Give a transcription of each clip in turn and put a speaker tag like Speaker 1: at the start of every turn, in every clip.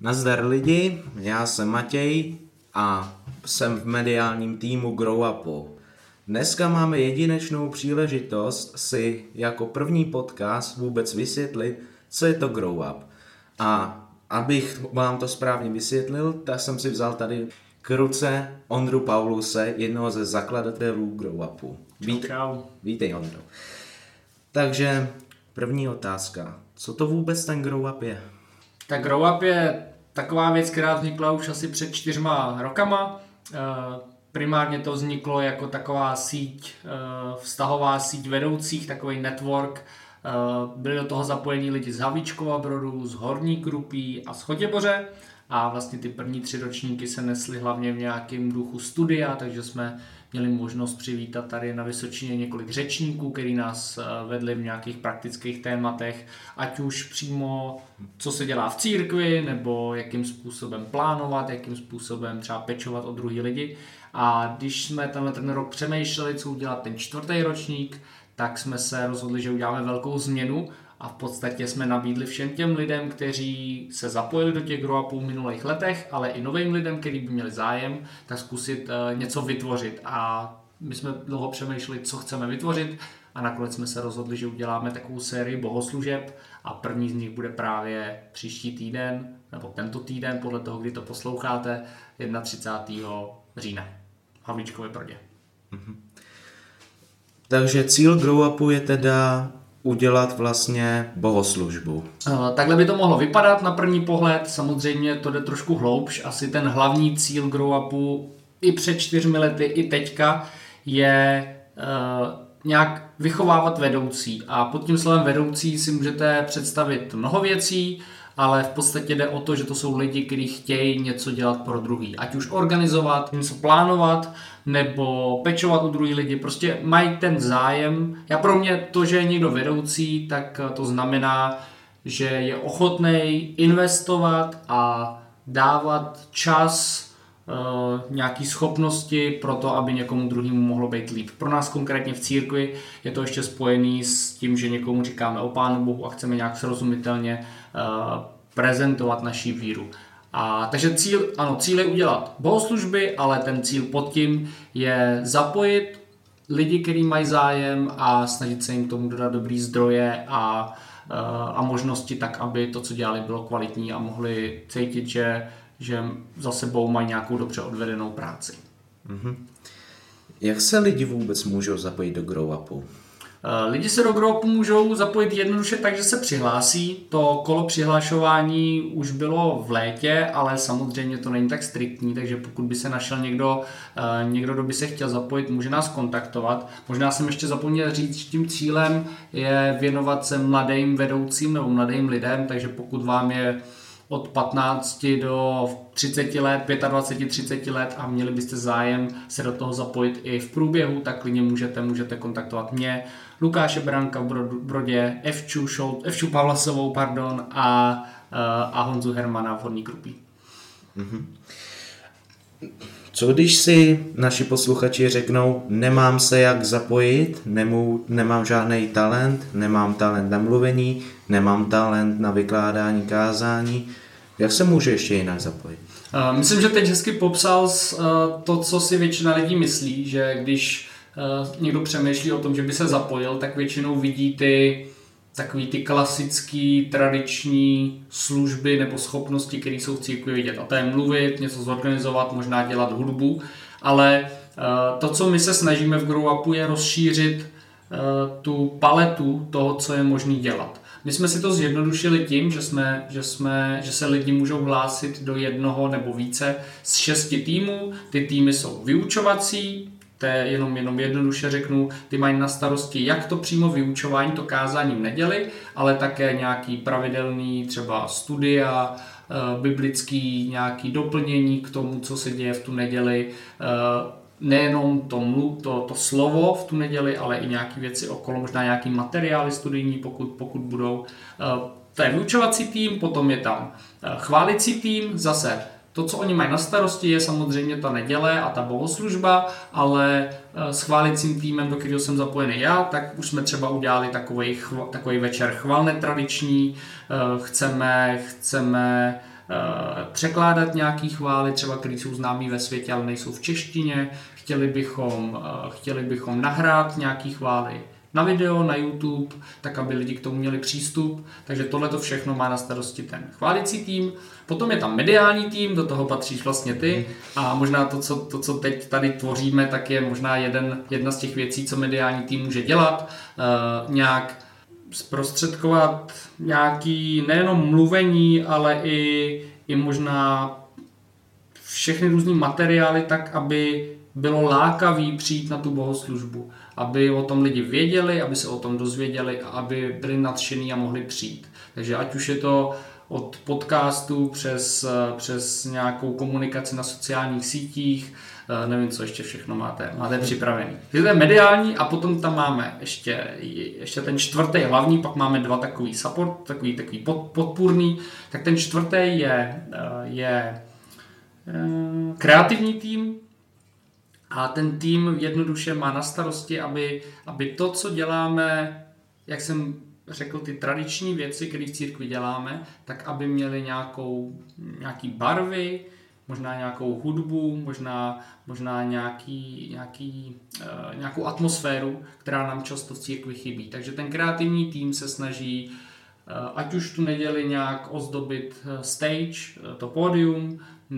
Speaker 1: Nazdar lidi, já jsem Matěj a jsem v mediálním týmu Grow Upu. Dneska máme jedinečnou příležitost si jako první podcast vůbec vysvětlit, co je to Grow Up. A abych vám to správně vysvětlil, tak jsem si vzal tady k ruce Ondru Pauluse, jednoho ze zakladatelů Grow Upu. Vítej, Ondro. Takže první otázka. Co to vůbec ten Grow Up je?
Speaker 2: Tak Grow Up je taková věc, která vznikla už asi před 4 rokama. Primárně to vzniklo jako taková síť, vztahová síť vedoucích, takový network. Byli do toho zapojení lidi z Havlíčkova Brodu, z Horní Krupí a z Chotěboře. A vlastně ty první 3 ročníky se nesly hlavně v nějakém duchu studia, takže jsme měli možnost přivítat tady na Vysočině několik řečníků, kteří nás vedli v nějakých praktických tématech, ať už přímo co se dělá v církvi, nebo jakým způsobem plánovat, jakým způsobem třeba pečovat o druhý lidi. A když jsme ten rok přemýšleli, co udělat ten 4. ročník, tak jsme se rozhodli, že uděláme velkou změnu a v podstatě jsme nabídli všem těm lidem, kteří se zapojili do těch Grow Upů v minulých letech, ale i novým lidem, kteří by měli zájem, tak zkusit něco vytvořit. A my jsme dlouho přemýšleli, co chceme vytvořit a nakonec jsme se rozhodli, že uděláme takovou sérii bohoslužeb a první z nich bude právě příští týden, nebo tento týden, podle toho, kdy to posloucháte, 31. října v Havlíčkově Brodě.
Speaker 1: Takže cíl Grow Upu je teda udělat vlastně bohoslužbu.
Speaker 2: Takhle by to mohlo vypadat na první pohled, samozřejmě to jde trošku hloubš, asi ten hlavní cíl Grow Upu i před 4 lety, i teďka je nějak vychovávat vedoucí a pod tím slovem vedoucí si můžete představit mnoho věcí, ale v podstatě jde o to, že to jsou lidi, kteří chtějí něco dělat pro druhý. Ať už organizovat, něco plánovat, nebo pečovat o druhý lidi. Prostě mají ten zájem. Pro mě to, že je někdo vedoucí, tak to znamená, že je ochotný investovat a dávat čas, nějaké schopnosti pro to, aby někomu druhému mohlo být líp. Pro nás konkrétně v církvi je to ještě spojený s tím, že někomu říkáme o Pánu Bohu a chceme nějak srozumitelně prezentovat naši víru. Takže cíl je udělat bohoslužby, ale ten cíl pod tím je zapojit lidi, kteří mají zájem a snažit se jim k tomu dodat dobrý zdroje a možnosti tak, aby to, co dělali, bylo kvalitní a mohli cítit, že za sebou mají nějakou dobře odvedenou práci.
Speaker 1: Jak se lidi vůbec můžou zapojit do Grow Upu?
Speaker 2: Lidi se do Grow Upu můžou zapojit jednoduše tak, že se přihlásí. To kolo přihlašování už bylo v létě, ale samozřejmě to není tak striktní, takže pokud by se našel někdo, kdo by se chtěl zapojit, může nás kontaktovat. Možná jsem ještě zapomněl říct, že tím cílem je věnovat se mladým vedoucím nebo mladým lidem, takže pokud vám je od 15 do 30 let, 25, 30 let a měli byste zájem se do toho zapojit i v průběhu, tak klidně můžete kontaktovat mě, Lukáše Branka v Brodě, Evču Pavlasovou, a Honzu Hermana v Horní Krupí.
Speaker 1: Co když si naši posluchači řeknou, nemám se jak zapojit, nemám žádný talent, nemám talent na mluvení, nemám talent na vykládání kázání, jak se může ještě jinak zapojit?
Speaker 2: Myslím, že teď hezky popsal to, co si většina lidí myslí, že když někdo přemýšlí o tom, že by se zapojil, tak většinou vidí takový ty klasický, tradiční služby nebo schopnosti, které jsou v církvi vidět. A to je mluvit, něco zorganizovat, možná dělat hudbu, ale to, co my se snažíme v Grow Upu, je rozšířit tu paletu toho, co je možné dělat. My jsme si to zjednodušili tím, že se lidi můžou hlásit do jednoho nebo více z 6 týmů. Ty týmy jsou vyučovací, to je jenom jednoduše řeknu, ty mají na starosti jak to přímo vyučování, to kázání v neděli, ale také nějaký pravidelný třeba studia, biblický nějaký doplnění k tomu, co se děje v tu neděli, nejenom to slovo v tu neděli, ale i nějaké věci okolo, možná nějaký materiály studijní, pokud budou. To je vyučovací tým, potom je tam chválicí tým, zase to, co oni mají na starosti, je samozřejmě ta neděle a ta bohoslužba, ale s chválicím týmem, do kterého jsem zapojený já, tak už jsme třeba udělali takový večer chval netradiční, chceme překládat nějaký chvály, třeba který jsou známí ve světě, ale nejsou v češtině. Chtěli bychom nahrát nějaký chvály na video, na YouTube, tak aby lidi k tomu měli přístup. Takže tohle to všechno má na starosti ten chválicí tým. Potom je tam mediální tým, do toho patříš vlastně ty. A možná to, co teď tady tvoříme, tak je možná jedna z těch věcí, co mediální tým může dělat. Nějak zprostředkovat nějaký nejenom mluvení, ale i možná všechny různý materiály tak, aby bylo lákavý přijít na tu bohoslužbu. Aby o tom lidi věděli, aby se o tom dozvěděli a aby byli nadšení a mohli přijít. Takže ať už je to od podcastu přes nějakou komunikaci na sociálních sítích, nevím, co ještě všechno máte připravený. Takže to je mediální a potom tam máme ještě ten čtvrtý hlavní, pak máme dva takový support, takový podpůrný. Tak ten čtvrtý je kreativní tým a ten tým jednoduše má na starosti, aby to, co děláme, jak jsem řekl, ty tradiční věci, které v církvi děláme, tak aby měly nějaký barvy, možná nějakou hudbu, možná nějakou atmosféru, která nám často v církvi chybí. Takže ten kreativní tým se snaží, ať už tu neděli nějak ozdobit stage, to pódium,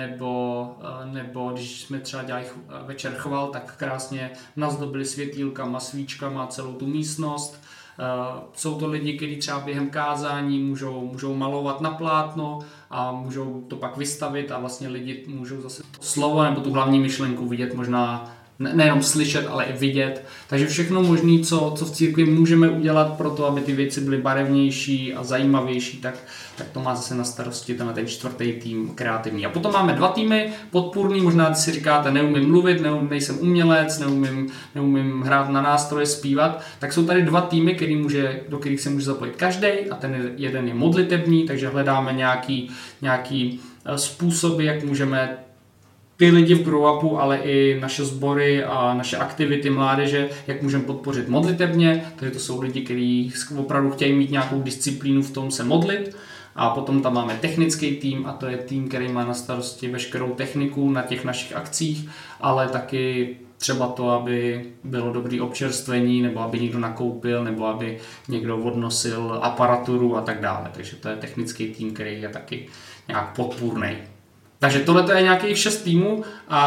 Speaker 2: nebo když jsme třeba dělali večer chval, tak krásně nazdobili světýlkama, svíčkama celou tu místnost. Jsou to lidi, kteří třeba během kázání můžou malovat na plátno a můžou to pak vystavit a vlastně lidi můžou zase to slovo nebo tu hlavní myšlenku vidět, možná nejenom slyšet, ale i vidět. Takže všechno možné, co v církvi můžeme udělat pro to, aby ty věci byly barevnější a zajímavější, tak to má zase na starosti ten čtvrtý tým kreativní. A potom máme dva týmy podpůrný, možná si říkáte, neumím mluvit, nejsem umělec, neumím hrát na nástroje, zpívat, tak jsou tady dva týmy, do kterých se může zapojit každý a ten jeden je modlitební, takže hledáme nějaký způsoby, jak můžeme ty lidi v Grow Upu, ale i naše sbory a naše aktivity mládeže, jak můžeme podpořit modlitebně, takže to jsou lidi, kteří opravdu chtějí mít nějakou disciplínu v tom se modlit. A potom tam máme technický tým a to je tým, který má na starosti veškerou techniku na těch našich akcích, ale taky třeba to, aby bylo dobré občerstvení, nebo aby někdo nakoupil, nebo aby někdo odnosil aparaturu a tak dále. Takže to je technický tým, který je taky nějak podpůrný. Takže tohle je nějakých 6 týmů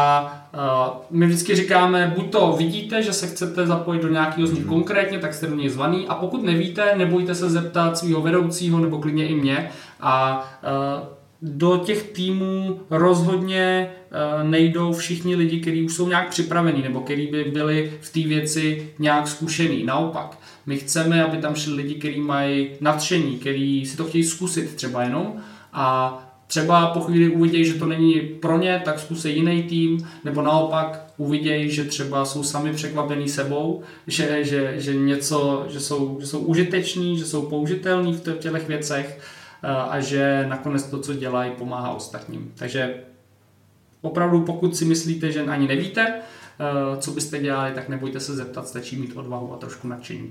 Speaker 2: a my vždycky říkáme, buď to vidíte, že se chcete zapojit do nějakého z nich konkrétně, tak jste do něj zvaný a pokud nevíte, nebojte se zeptat svého vedoucího nebo klidně i mě a do těch týmů rozhodně nejdou všichni lidi, kteří už jsou nějak připravení nebo kteří by byli v té věci nějak zkušený. Naopak, my chceme, aby tam šli lidi, kteří mají nadšení, kteří si to chtějí zkusit třeba jenom a třeba po chvíli uvidějí, že to není pro ně, tak zkusí jiný tým, nebo naopak uvidějí, že třeba jsou sami překvapení sebou, že jsou užiteční, že jsou použitelní v těch věcech a že nakonec to, co dělají, pomáhá ostatním. Takže opravdu, pokud si myslíte, že ani nevíte, co byste dělali, tak nebojte se zeptat, stačí mít odvahu a trošku nadšení.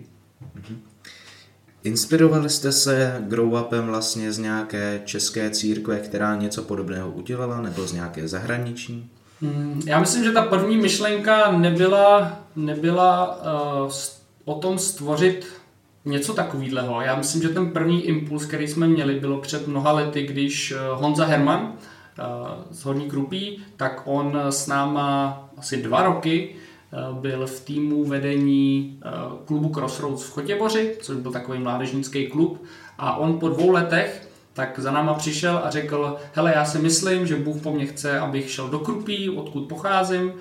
Speaker 1: Inspirovali jste se Grow Upem vlastně z nějaké české církve, která něco podobného udělala, nebo z nějaké zahraniční?
Speaker 2: Já myslím, že ta první myšlenka nebyla o tom stvořit něco takového. Já myslím, že ten první impuls, který jsme měli, bylo před mnoha lety, když Honza Herman z Horní Krupí, tak on s náma asi 2 roky byl v týmu vedení klubu Crossroads v Chotěboři, což byl takový mládežnický klub. A on po 2 letech tak za náma přišel a řekl, hele, já si myslím, že Bůh po mně chce, abych šel do Krupí, odkud pocházím,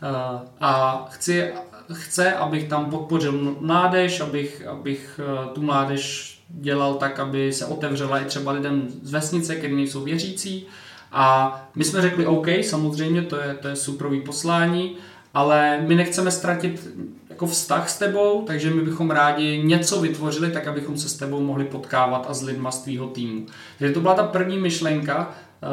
Speaker 2: a chce, abych tam podpořil mládež, abych tu mládež dělal tak, aby se otevřela i třeba lidem z vesnice, kteří nejsou věřící. A my jsme řekli, OK, samozřejmě, to je superový poslání, ale my nechceme ztratit jako vztah s tebou, takže my bychom rádi něco vytvořili, tak abychom se s tebou mohli potkávat a s lidma z tvýho týmu. Takže to byla ta první myšlenka,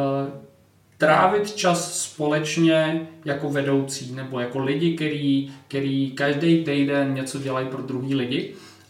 Speaker 2: trávit čas společně jako vedoucí nebo jako lidi, který každý týden něco dělají pro druhý lidi.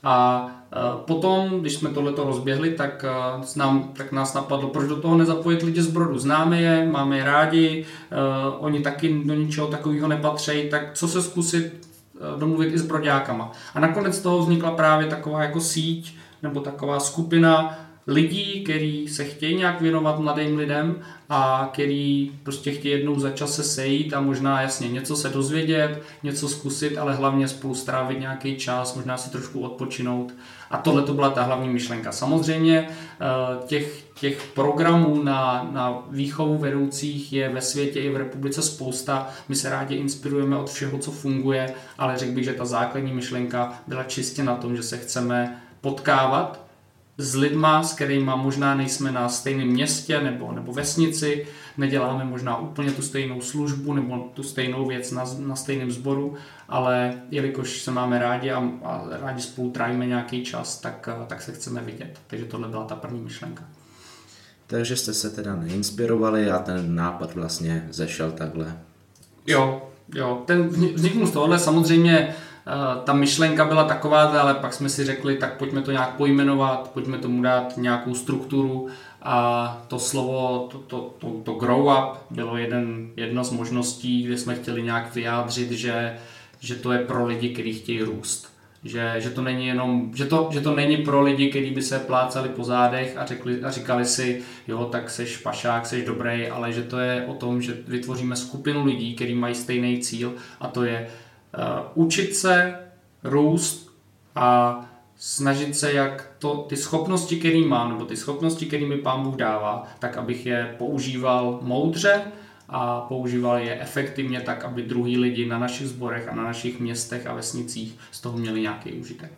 Speaker 2: A potom, když jsme tohleto rozběhli, tak nás napadlo, proč do toho nezapojit lidi z Brodu. Známe je, máme je rádi, oni taky do ničeho takového nepatří, tak co se zkusit domluvit i s broďákama. A nakonec z toho vznikla právě taková jako síť nebo taková skupina lidí, kteří se chtějí nějak věnovat mladým lidem a kteří prostě chtějí jednou za čas se sejít a možná jasně něco se dozvědět, něco zkusit, ale hlavně spolu strávit nějaký čas, možná si trošku odpočinout. A tohle to byla ta hlavní myšlenka. Samozřejmě těch programů na výchovu vedoucích je ve světě i v republice spousta. My se rádi inspirujeme od všeho, co funguje, ale řekl bych, že ta základní myšlenka byla čistě na tom, že se chceme potkávat s lidma, s kterýma možná nejsme na stejném městě nebo vesnici, neděláme možná úplně tu stejnou službu nebo tu stejnou věc na stejném sboru, ale jelikož se máme rádi a rádi spolu trávíme nějaký čas, tak se chceme vidět. Takže tohle byla ta první myšlenka.
Speaker 1: Takže jste se teda neinspirovali a ten nápad vlastně zešel takhle.
Speaker 2: Jo, ten vzniknul z tohohle samozřejmě. Ta myšlenka byla taková, ale pak jsme si řekli, tak pojďme to nějak pojmenovat, pojďme tomu dát nějakou strukturu a to slovo, to grow up bylo jedna z možností, kde jsme chtěli nějak vyjádřit, že to je pro lidi, kteří chtějí růst. Že to není jenom, že to není pro lidi, kteří by se plácali po zádech a říkali si, jo, tak seš pašák, seš dobrý, ale že to je o tom, že vytvoříme skupinu lidí, kteří mají stejný cíl a to je učit se, růst a snažit se, jak ty schopnosti, které mám, nebo ty schopnosti, které mi Pán Bůh dává, tak abych je používal moudře a používal je efektivně tak, aby druhý lidi na našich sborech a na našich městech a vesnicích z toho měli nějaký užitek.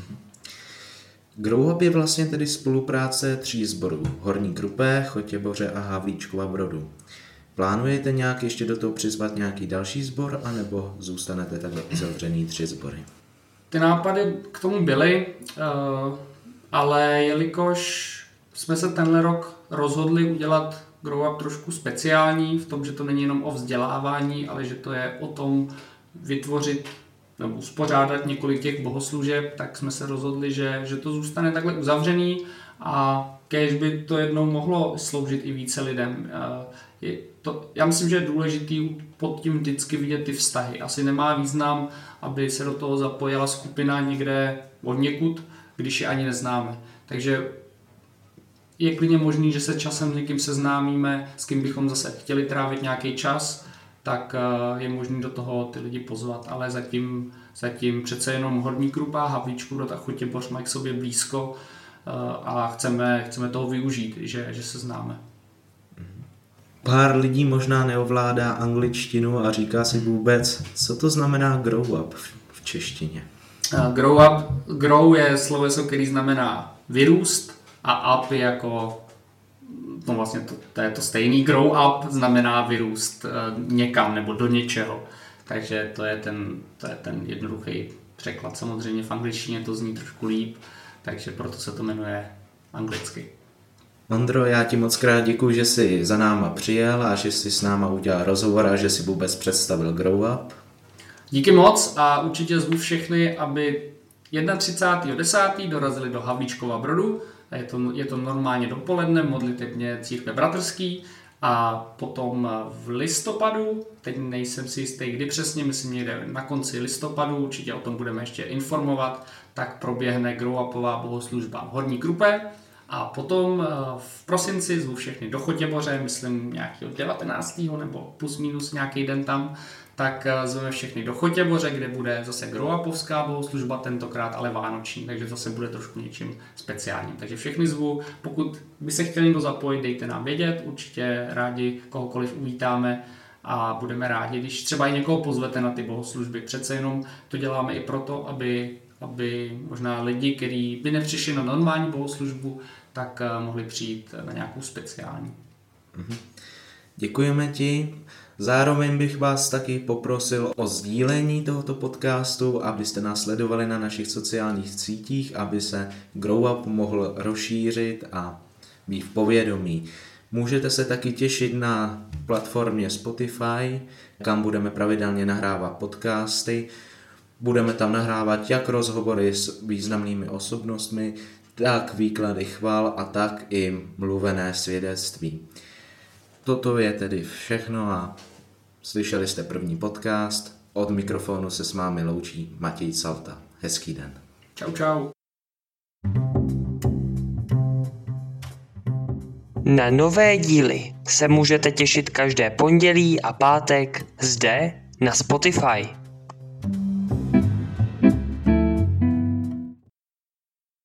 Speaker 1: Grow Up je vlastně tedy spolupráce 3 sborů. Horní Krupé, Chotěboře a Havlíčkova Brodu. Plánujete nějak ještě do toho přizvat nějaký další sbor, anebo zůstanete takhle uzavřený 3 sbory?
Speaker 2: Ty nápady k tomu byly, ale jelikož jsme se tenhle rok rozhodli udělat Grow Up trošku speciální, v tom, že to není jenom o vzdělávání, ale že to je o tom vytvořit nebo uspořádat několik těch bohoslužeb, tak jsme se rozhodli, že to zůstane takhle uzavřený a kéž by to jednou mohlo sloužit i více lidem. Já myslím, že je důležitý pod tím vždycky vidět ty vztahy. Asi nemá význam, aby se do toho zapojila skupina někde odněkud, když je ani neznáme. Takže je klidně možný, že se časem s někým seznámíme, s kým bychom zase chtěli trávit nějaký čas, tak je možný do toho ty lidi pozvat, ale zatím přece jenom Horní Krupa, Havlíčkův Brod a Chotěboř mají k sobě blízko a chceme toho využít, že se známe.
Speaker 1: Pár lidí možná neovládá angličtinu a říká si vůbec, co to znamená grow up v češtině.
Speaker 2: Grow je sloveso, který znamená vyrůst a up je jako, no vlastně to je to stejný, grow up znamená vyrůst někam nebo do něčeho. Takže to je ten jednoduchý překlad. Samozřejmě v angličtině to zní trošku líp, takže proto se to jmenuje anglicky.
Speaker 1: Ondro, já ti moc krát děkuji, že jsi za náma přijel a že jsi s náma udělal rozhovor a že jsi vůbec představil Grow Up.
Speaker 2: Díky moc a určitě zvu všechny, aby 31.10. dorazili do Havlíčkova Brodu. Je to normálně dopoledne, modlitebně církve bratrský a potom v listopadu, teď nejsem si jistý, kdy přesně, myslím někde na konci listopadu, určitě o tom budeme ještě informovat, tak proběhne Grow Upová bohoslužba v Horní Krupé. A potom v prosinci zvu všechny do Chotěboře, myslím nějakého 19. nebo plus minus nějaký den tam, tak zveme všechny do Chotěboře, kde bude zase Grow Upovská bohoslužba tentokrát, ale vánoční, takže zase bude trošku něčím speciálním. Takže všechny zvu, pokud by se chtěli někdo zapojit, dejte nám vědět, určitě rádi kohokoliv uvítáme a budeme rádi, když třeba i někoho pozvete na ty bohoslužby. Přece jenom to děláme i proto, aby možná lidi, kteří by nepřišli na normální bohoslužbu, tak mohli přijít na nějakou speciální.
Speaker 1: Děkujeme ti. Zároveň bych vás taky poprosil o sdílení tohoto podcastu, abyste nás sledovali na našich sociálních sítích, aby se Grow Up mohl rozšířit a být v povědomí. Můžete se taky těšit na platformě Spotify, kam budeme pravidelně nahrávat podcasty. Budeme tam nahrávat jak rozhovory s významnými osobnostmi, tak výklady chval a tak i mluvené svědectví. Toto je tedy všechno a slyšeli jste první podcast. Od mikrofonu se s vámi loučí Matěj Salta. Hezký den.
Speaker 2: Čau, čau.
Speaker 3: Na nové díly se můžete těšit každé pondělí a pátek zde na Spotify.